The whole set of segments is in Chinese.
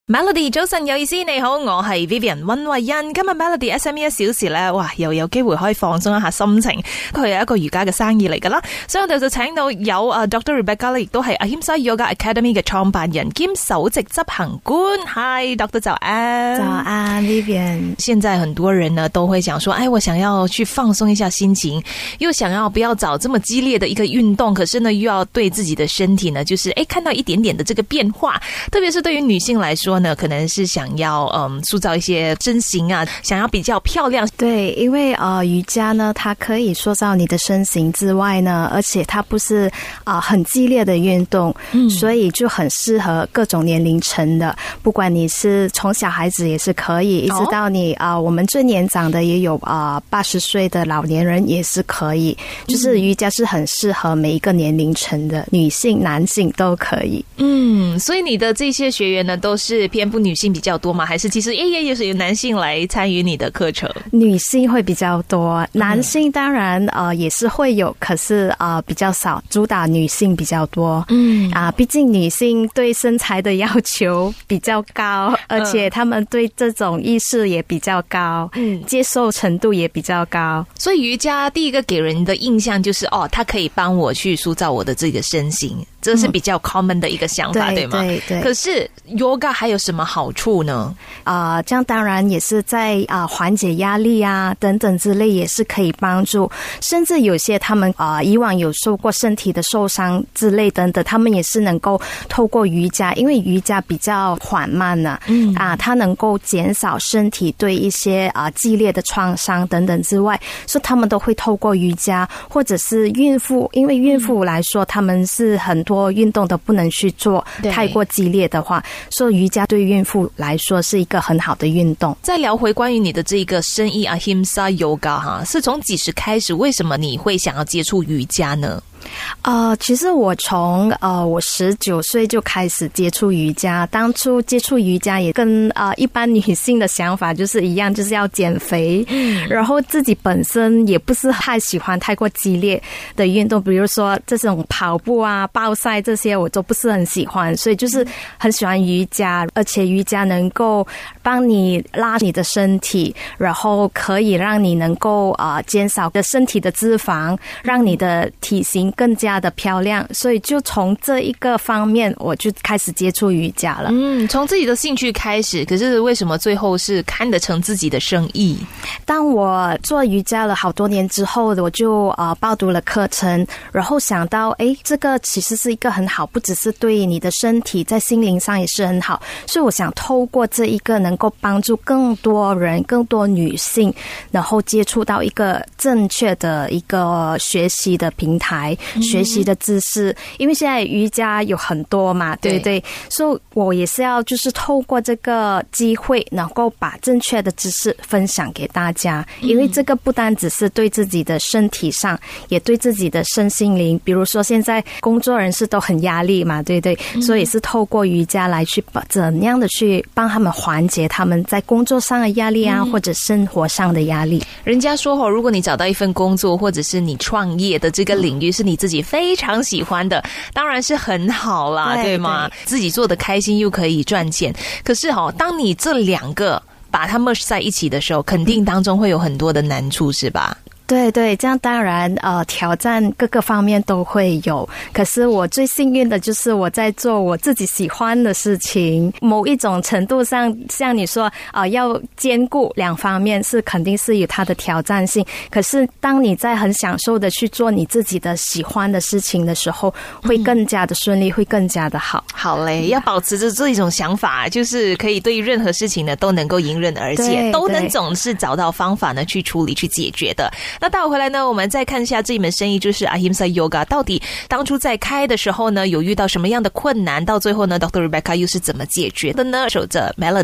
Melody 早晨有意思，你好，我係 Vivian 溫慧欣。今日 Melody SME 1小時咧，哇，又有機會可以放鬆一下心情。佢係一個瑜伽嘅生意嚟噶啦，所以我哋就請到有Dr. Rebecca 咧，亦都係 Ahimsa Yoga Academy 嘅創辦人兼首席執行官。Hi Dr. 早安。 早安 Vivian。 現在很多人呢都會想說，我想要去放鬆一下心情，又想要不要找這麼激烈的一個運動，可是呢又要對自己的身體呢，就是看到一點點的這個變化，特別是對於女性來說呢，可能是想要塑造一些身形啊，想要比較漂亮。 對，因為瑜伽呢，它可以塑造你的身形之外呢，而且它不是很激烈的運動，所以就很適合各種年齡層的，不管你是從小孩子也是可以，一直到你我們最年長的也有80歲的老年人也是可以，就是瑜伽是很適合每一個年齡層的，女性男性都可以。 所以你的這些學員呢都是偏不女性比較多嗎？還是其實也是有男性來參與你的課程？ 女性會比較多，男性當然也是會有，可是比較少，主打女性比較多。畢竟女性對身材的要求比較高，而且他們對這種意識也比較高，接受程度也比較高。 所以瑜伽第一個給人的印象就是它可以幫我去塑造我的這個身形，這是比較 common 的一個想法，對嗎？ 對。 可是 yoga 還有什麼好處呢？ 這樣當然也是在緩解壓力啊等等之類，也是可以幫助。甚至有些他們以往有受過身體的受傷之類等等，他們也是能夠透過瑜伽，因為瑜伽比較緩慢呢，它能夠減少身體對一些激烈的創傷等等之外，所以他們都會透過瑜伽，或者是孕婦，因為孕婦來說，他們是很多運動都不能去做，太過激烈的話，所以瑜伽對孕婦來說是一個很好的運動。 再聊回關於你的這個生意Ahimsa Yoga 是從幾時開始？為什麼你會想要接觸瑜伽呢？ 其實我從我19歲就開始接觸瑜伽，當初接觸瑜伽也跟一般女性的想法就是一樣，就是要減肥，然後自己本身也不是太喜歡太過激烈的運動，比如說這種跑步啊、暴曬這些我都不是很喜歡，所以就是很喜歡瑜伽，而且瑜伽能夠幫你拉你的身體，然後可以讓你能夠減少的身體的脂肪，讓你的體型更加的漂亮，所以就從這一個方面我就開始接觸瑜伽了。 從自己的興趣開始，可是為什麼最後是看得成自己的生意？ 當我做瑜伽了好多年之後，我就報讀了課程，然後想到這個其實是一個很好，不只是對你的身體，在心靈上也是很好，所以我想透過這一個能夠幫助更多人，更多女性，然後接觸到一個正確的一個學習的平台，學習的知識，因為現在瑜伽有很多嘛，對不對？所以我也是要就是透過這個機會，能夠把正確的知識分享給大家，因為這個不單只是對自己的身體上，也對自己的身心靈。比如說現在工作人士都很壓力嘛，對不對？所以也是透過瑜伽來去怎樣的去幫他們緩解他們在工作上的壓力啊，或者生活上的壓力。 人家說如果你找到一份工作，或者是你創業的這個領域是你自己非常喜歡的，當然是很好啦，對嗎？自己做得開心又可以賺錢。可是當你這兩個把它 merge 在一起的時候，肯定當中會有很多的難處，是吧？ 對，這樣當然挑戰各個方面都會有，可是我最幸運的就是我在做我自己喜歡的事情，某一種程度上像你說要兼顧兩方面是肯定是有它的挑戰性，可是當你在很享受的去做你自己的喜歡的事情的時候，會更加的順利，會更加的好。 好嘞，要保持着這種想法，就是可以對於任何事情呢都能夠迎刃而解，都能總是找到方法呢去處理去解決的。那待會回來呢，我們再看一下這一門生意，就是 Ahimsa Yoga 到底當初在開的時候呢，有遇到什麼樣的困難？到最後呢 ，Dr. Rebecca 又是怎麼解決的呢？守着 Melody。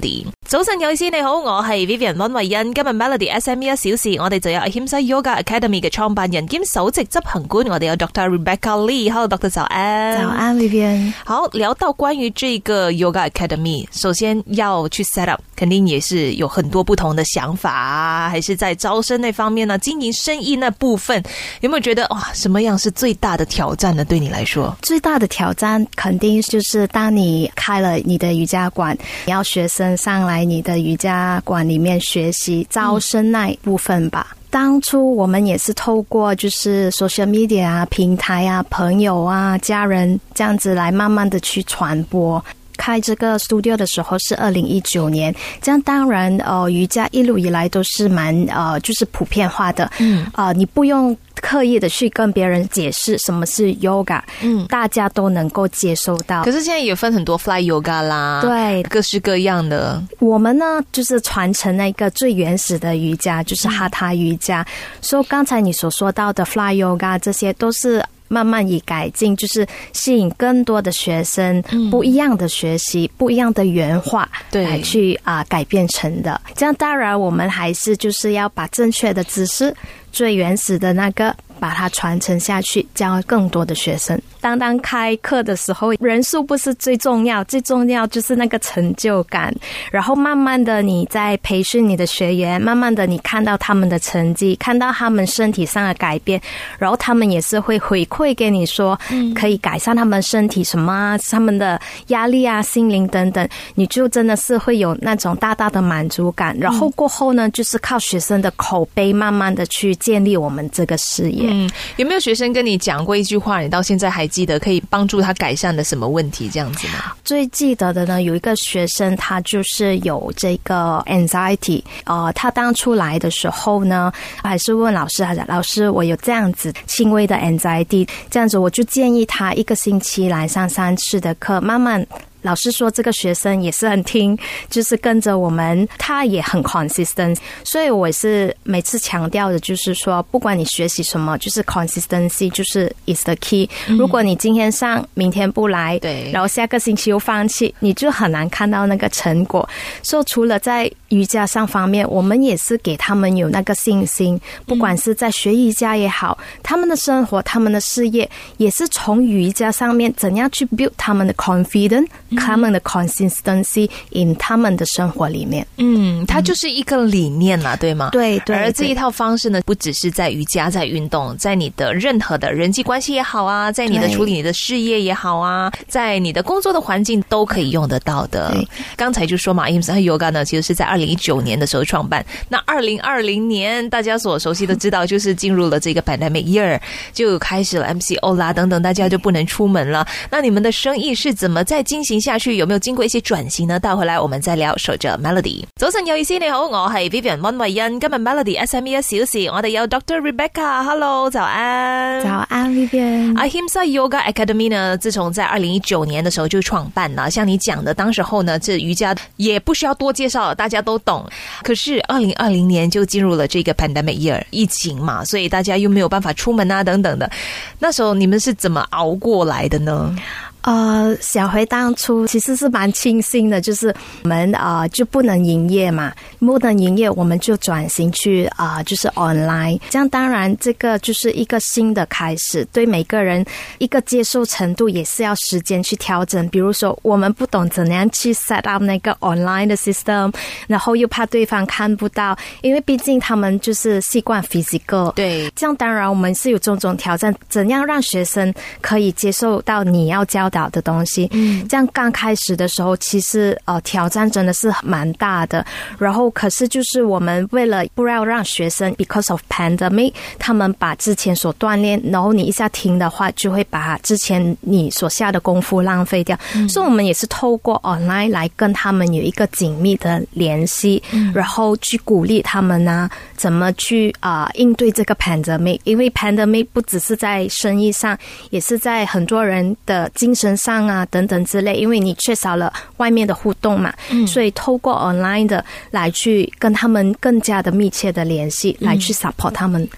早晨有意思，你好，我係 Vivian 溫慧欣。今日 Melody SME 1小時，我哋就有 Ahimsa Yoga Academy 嘅創辦人兼首席執行官，我哋有 Dr. Rebecca Lee。Hello Dr. 早安。 早安 Vivian。 好，聊到關於這個 Yoga Academy，首先要去 set up，肯定也是有很多不同的想法啊，還是在招生那方面呢，經營生意那部分，有沒有覺得哇，什麼樣是最大的挑戰呢？對你來說， 最大的挑戰肯定就是當你開了你的瑜伽館，你要學生上來你的瑜伽館裡面學習招生那一部分吧。當初我們也是透過就是 social media 啊、平台啊、朋友啊、家人這樣子來慢慢的去傳播。開這個 studio 的時候是2019年，這樣當然瑜伽一路以來都是蠻就是普遍化的，你不用刻意的去跟別人解釋什麼是 yoga，大家都能夠接收到。 可是現在也分很多 fly yoga 啦，對，各式各樣的。 我們呢就是傳承那個最原始的瑜伽，就是哈他瑜伽。所以剛才你所說到的 fly yoga 這些都是慢慢以改進，就是吸引更多的學生，不一樣的學習，不一樣的原話，來去改變成的。這樣當然我們還是就是要把正確的知識，最原始的那個把它傳承下去，教更多的學生。當開課的時候，人數不是最重要，最重要就是那個成就感。然後慢慢的你在培訓你的學員，慢慢的你看到他們的成績，看到他們身體上的改變，然後他們也是會回饋給你說，可以改善他們身體什麼，他們的壓力啊、心靈等等，你就真的是會有那種大大的滿足感。然後過後呢，就是靠學生的口碑，慢慢的去建立我們這個事業。 有沒有學生跟你講過一句話，你到現在還記得可以幫助他改善了什麼問題這樣子嗎？ 最記得的呢，有一個學生他就是有這個 anxiety，他當初來的時候呢，還是問老師，老師我有這樣子輕微的 anxiety， 這樣子我就建議他一個星期來上3次的課，慢慢。老師說這個學生也是很聽，就是跟着我們，他也很 consistent， 所以我是每次強調的就是說，不管你學習什麼，就是 consistency 就是 is the key。如果你今天上，明天不來，對，然後下個星期又放棄，你就很難看到那個成果。所以除了在瑜伽上方面，我們也是給他們有那個信心，不管是在學瑜伽也好，他們的生活，他們的事業，也是從瑜伽上面怎樣去 build 他們的 confidence，他們的 consistency in 他們的生活裡面。 它就是一個理念啦，對嗎？ 對對。 而這一套方式呢，不只是在瑜伽，在運動，在你的任何的人際關係也好啊，在你的處理你的事業也好啊，在你的工作的環境都可以用得到的。剛才就說嘛 Ahimsa Yoga 呢，其實是在2019年的時候創辦。那2020年大家所熟悉的知道，就是進入了這個 pandemic year， 就開始了 MCO 啦等等，大家就不能出門了。那你們的生意是怎麼再進行下去？有沒有經過一些轉型呢？待回來我們再聊。守着 Melody， 早晨有意思，你好，我係 Vivian 溫慧欣。今日 Melody SME 1小時，我哋有 Dr. Rebecca。Hello， 早安。 早安 Vivian。 Ahimsa Yoga Academy 呢，自從在2019年的時候就創辦了。像你講的，當時候呢，這瑜伽也不需要多介紹，大家都懂。可是2020年就進入了這個 pandemic year， 疫情嘛，所以大家又沒有辦法出門啊，等等的。那時候你們是怎麼熬過來的呢？ 小回當初其實是蠻慶幸的，就是我們就不能營業嘛，不能營業我們就轉型去就是 online， 這樣當然這個就是一個新的開始，對每個人一個接受程度也是要時間去調整。比如說我們不懂怎樣去 set up 那個 online 的 system， 然後又怕對方看不到，因為畢竟他們就是習慣 physical， 對，這樣當然我們是有種種挑戰，怎樣讓學生可以接受到你要教的東西，這樣剛開始的時候其實挑戰真的是蠻大的。然後可是就是我們為了不要讓學生 because of pandemic 他們把之前所鍛鍊，然後你一下停的話就會把之前你所下的功夫浪費掉，所以我們也是透過 online 來跟他們有一個緊密的聯繫，然後去鼓勵他們啊怎麼去應對這個 pandemic， 因為 pandemic 不只是在生意上，也是在很多人的精神上啊等等之類，因為你缺少了外面的互動嘛，所以透過 online 的來去跟他們更加的密切的聯繫，來去 support 他們。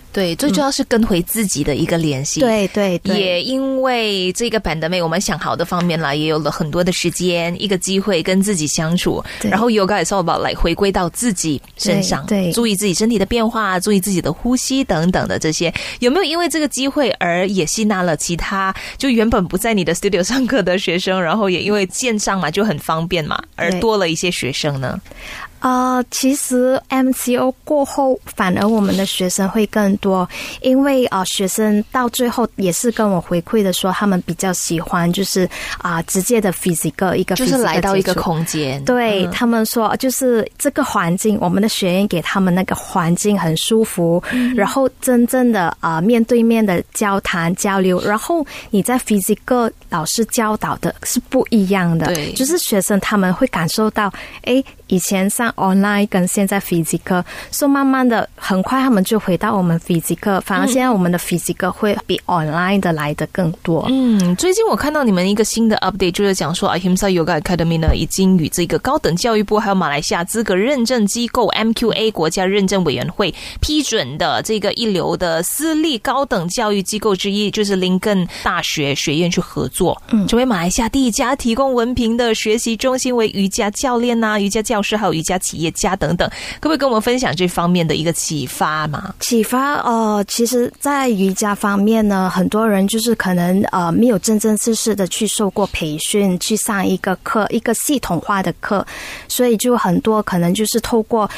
对，最重要是跟回自己的一个联系。 对对对， 也因为这个pandemic，我们想好的方面啦，也有了很多的时间，一个机会跟自己相处。然后 yoga is all about 来回归到自己身上， 对， 注意自己身体的变化，注意自己的呼吸等等的这些。有没有因为这个机会而也吸纳了其他就原本不在你的 studio 上课的学生，然后也因为线上嘛就很方便嘛，而多了一些学生呢？ 其实 MCO 过后，反而我们的学生会更多，因为学生到最后也是跟我回馈的说，他们比较喜欢就是直接的 physical 一个 physical 就是来到一个空间， 对，他们说就是这个环境，我们的学院给他们那个环境很舒服，然后真正的面对面的交谈交流，然后你在 physical 老师教导的是不一样的， 对， 就是学生他们会感受到，以前上 online 跟现在 physical， 所以慢慢的很快他们就回到我们 physical， 反而现在我们的 physical 会比 online 的来的更多。 最近我看到你们一个新的 update， 就是讲说 Ahimsa Yoga Academy 呢已经与这个高等教育部还有马来西亚资格认证机构 MQA 国家认证委员会批准的这个一流的私立高等教育机构之一，就是林根大学学院去合作，成为马来西亚第一家提供文凭的学习中心，为瑜伽教练瑜伽教师还有瑜伽企业家等等，可不可以跟我们分享这方面的一个启发吗？ 启发其实在瑜伽方面呢，很多人就是可能没有真正正式的去受过培训，去上一个课，一个系统化的课，所以就很多可能就是透过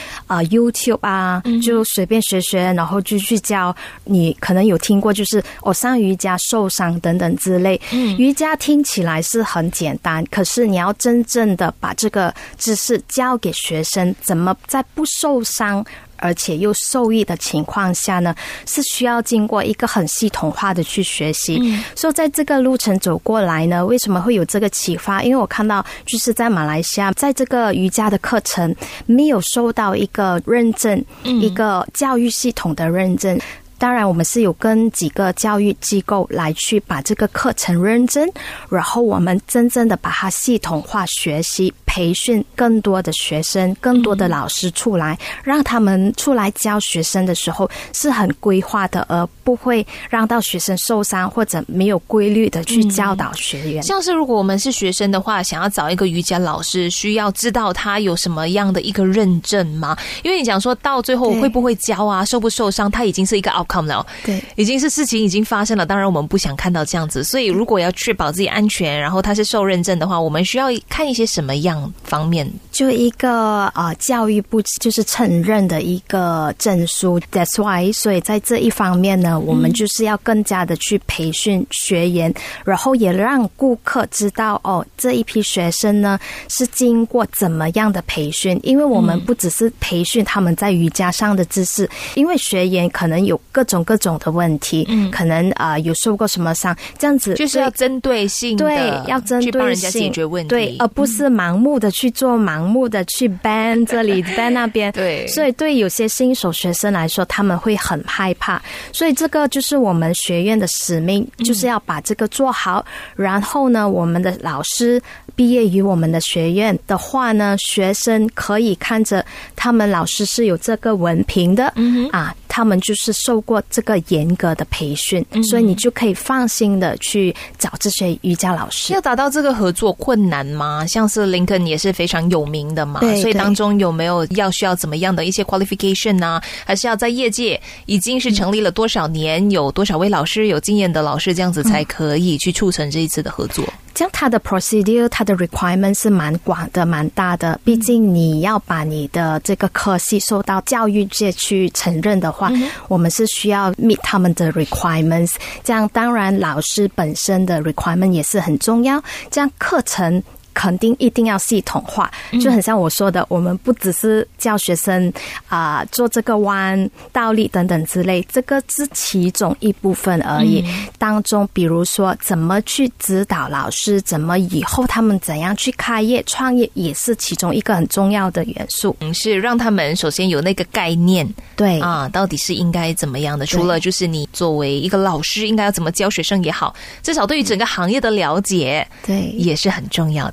YouTube 就随便学学，然后就去教。你可能有听过就是上瑜伽受伤等等之类，瑜伽听起来是很简单，可是你要真正的把这个知识教给学生，怎么在不受伤而且又受益的情况下呢，是需要经过一个很系统化的去学习。所以在这个路程走过来呢，为什么会有这个启发？因为我看到就是在马来西亚，在这个瑜伽的课程没有受到一个认证，一个教育系统的认证。当然我们是有跟几个教育机构来去把这个课程认真，然后我们真正的把它系统化学习，培训更多的学生，更多的老师出来，让他们出来教学生的时候是很规划的，而不会让到学生受伤或者没有规律的去教导学员。 像是如果我们是学生的话，想要找一个瑜伽老师，需要知道他有什么样的一个认证吗？因为你讲说到最后会不会教受不受伤，它已经是一个 outcome 了， 对， 已经是事情已经发生了，当然我们不想看到这样子，所以如果要确保自己安全，然后他是受认证的话，我们需要看一些什么样方面？ 就一个教育部就是承认的一个证书 ，That's why， 所以在这一方面呢，我们就是要更加的去培训学员，然后也让顾客知道这一批学生呢是经过怎么样的培训，因为我们不只是培训他们在瑜伽上的知识，因为学员可能有各种的问题，可能有受过什么伤，这样子就是要针对性的， 对，要针对性去帮人家解决问题， 对，而不是盲目的去做，盲目的去 ban 这里 ban 那边， 对， 所以对有些新手学生来说，他们会很害怕，所以这个就是我们学院的使命，就是要把这个做好，然后呢，我们的老师毕业于我们的学院的话呢，学生可以看着他们老师是有这个文凭的，他们就是受过这个严格的培训，所以你就可以放心的去找这些瑜伽老师。 要达到这个合作困难吗？像是林肯也是非常有名的嘛，所以当中有没有需要怎么样的一些 qualification 啊？还是要在业界已经是成立了多少年，有多少位老师有经验的老师，这样子才可以去促成这一次的合作？ 这样它的 procedure 它的 requirement 是蛮广的蛮大的，毕竟你要把你的这个科系受到教育界去承认的话，我们是需要 meet 他们的 requirements， 这样当然老师本身的 requirement 也是很重要，这样课程肯定一定要系统化，就很像我说的，我们不只是教学生做这个弯倒立等等之类，这个是其中一部分而已，当中比如说怎么去指导老师，怎么以后他们怎样去开业创业，也是其中一个很重要的元素， 是让他们首先有那个概念， 对到底是应该怎么样的，除了就是你作为一个老师应该要怎么教学生也好，至少对于整个行业的了解，对，也是很重要的。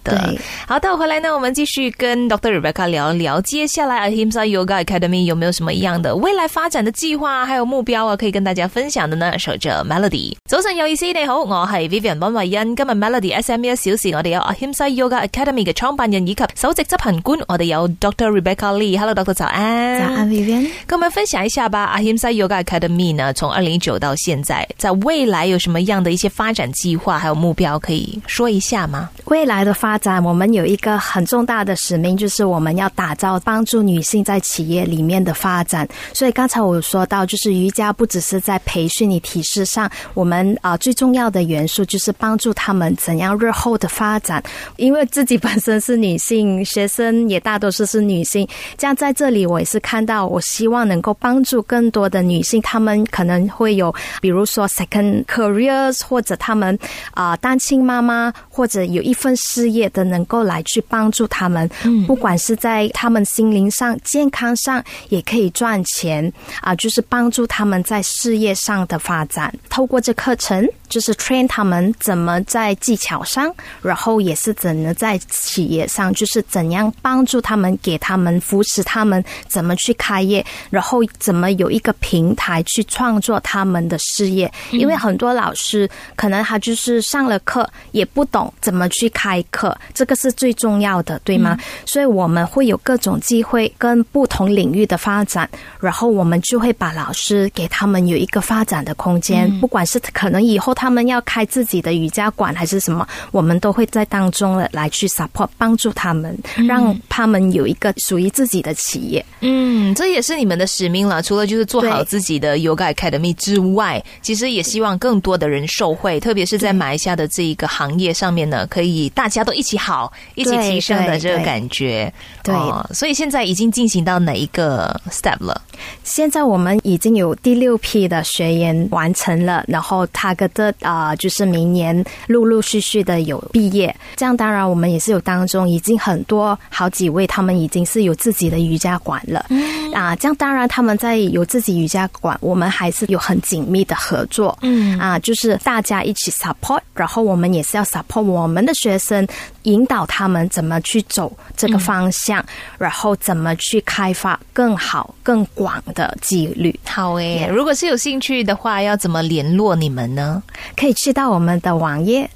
的。 对， 好的，回来呢，我们继续跟 Dr. Rebecca 聊聊，接下来 Ahimsa Yoga Academy 有没有什麼樣的未來發展的計劃，還有目標啊，可以跟大家分享的呢？守着 Melody， 早晨有意思，你好，我係 Vivian 溫慧欣。今日 Melody SME 1小時，我哋有 Ahimsa Yoga Academy 嘅創辦人以及首席執行官，我哋有 Dr. Rebecca Lee。Hello Dr. 早安。 早安 Vivian， 跟我們分享一下吧。Ahimsa Yoga Academy 呢，從2019到現在，在未來有什麼樣的一些發展計劃，還有目標，可以說一下嗎？ 未來的發展，我們有一個很重大的使命，就是我們要打造幫助女性在企業裡面的發展。所以剛才我有說到，就是瑜伽不只是在培訓你體式上，我們最重要的元素就是幫助他們怎樣日後的發展。因為自己本身是女性，學生也大多數是女性，這樣在這裡我也是看到，我希望能夠幫助更多的女性，她們可能會有，比如說 second careers， 或者她們單親媽媽，或者有一份事業的，能夠來去幫助他們，不管是在他們心靈上、健康上，也可以賺錢就是幫助他們在事業上的發展。透過這課程，就是 train 他們怎麼在技巧上，然後也是怎麼在企業上，就是怎樣幫助他們，給他們扶持他們怎麼去開業，然後怎麼有一個平台去創作他們的事業。因為很多老師可能他就是上了課也不懂怎麼去開課，這個是最重要的，對嗎？所以我們會有各種機會跟不同領域的發展，然後我們就會把老師給他們有一個發展的空間，不管是可能以後他們要開自己的瑜伽館還是什麼，我們都會在當中來去 support 幫助他們，讓他們有一個屬於自己的企業。 這也是你們的使命了，除了就是做好自己的 Yoga Academy 之外，其實也希望更多的人受惠，特別是在馬來西亞的這一個行業上面呢，可以大家都一起好，一起提升的這個感覺。對，所以現在已經進行到哪一個 step 了？ 現在我們已經有第6批的學員完成了，然後他的就是明年陸陸續續的有畢業。這樣當然我們也是有當中已經很多好幾位他們已經是有自己的瑜伽館了。這樣當然他們在有自己瑜伽館，我們還是有很緊密的合作。就是大家一起 support， 然後我們也是要 support 我們的學生，引導他們怎麼去走這個方向，然後怎麼去開發更好更廣的紀律。 好誒，如果是有興趣的話，要怎麼聯絡你們呢？ 可以去到我們的網頁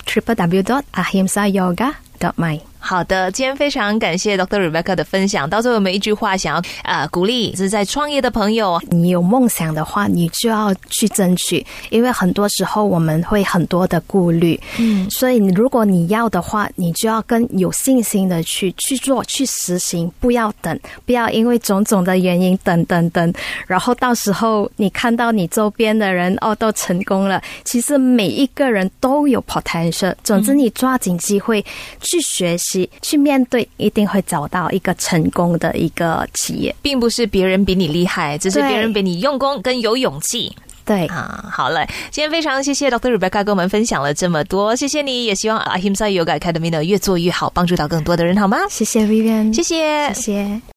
www.ahimsayoga.my。 好的，今天非常感謝 Dr. Rebecca 的分享。到最後有沒有一句話想要鼓勵是在創業的朋友？ 你有夢想的話，你就要去爭取，因為很多時候我們會很多的顧慮。所以如果你要的話，你就要更有信心的去做，去實行，不要等，不要因為種種的原因等，然後到時候你看到你周邊的人都成功了，其實每一個人都有 potential。總之你抓緊機會去學習，去面對，一定會找到一個成功的一個企業， 並不是別人比你厲害，只是別人比你用功跟有勇氣。 對好了，今天非常謝謝 Dr. Rebecca 跟我們分享了這麼多，謝謝你，也希望 Ahimsa Yoga Academy 呢越做越好，幫助到更多的人，好嗎？ 謝謝 Vivian， 謝謝。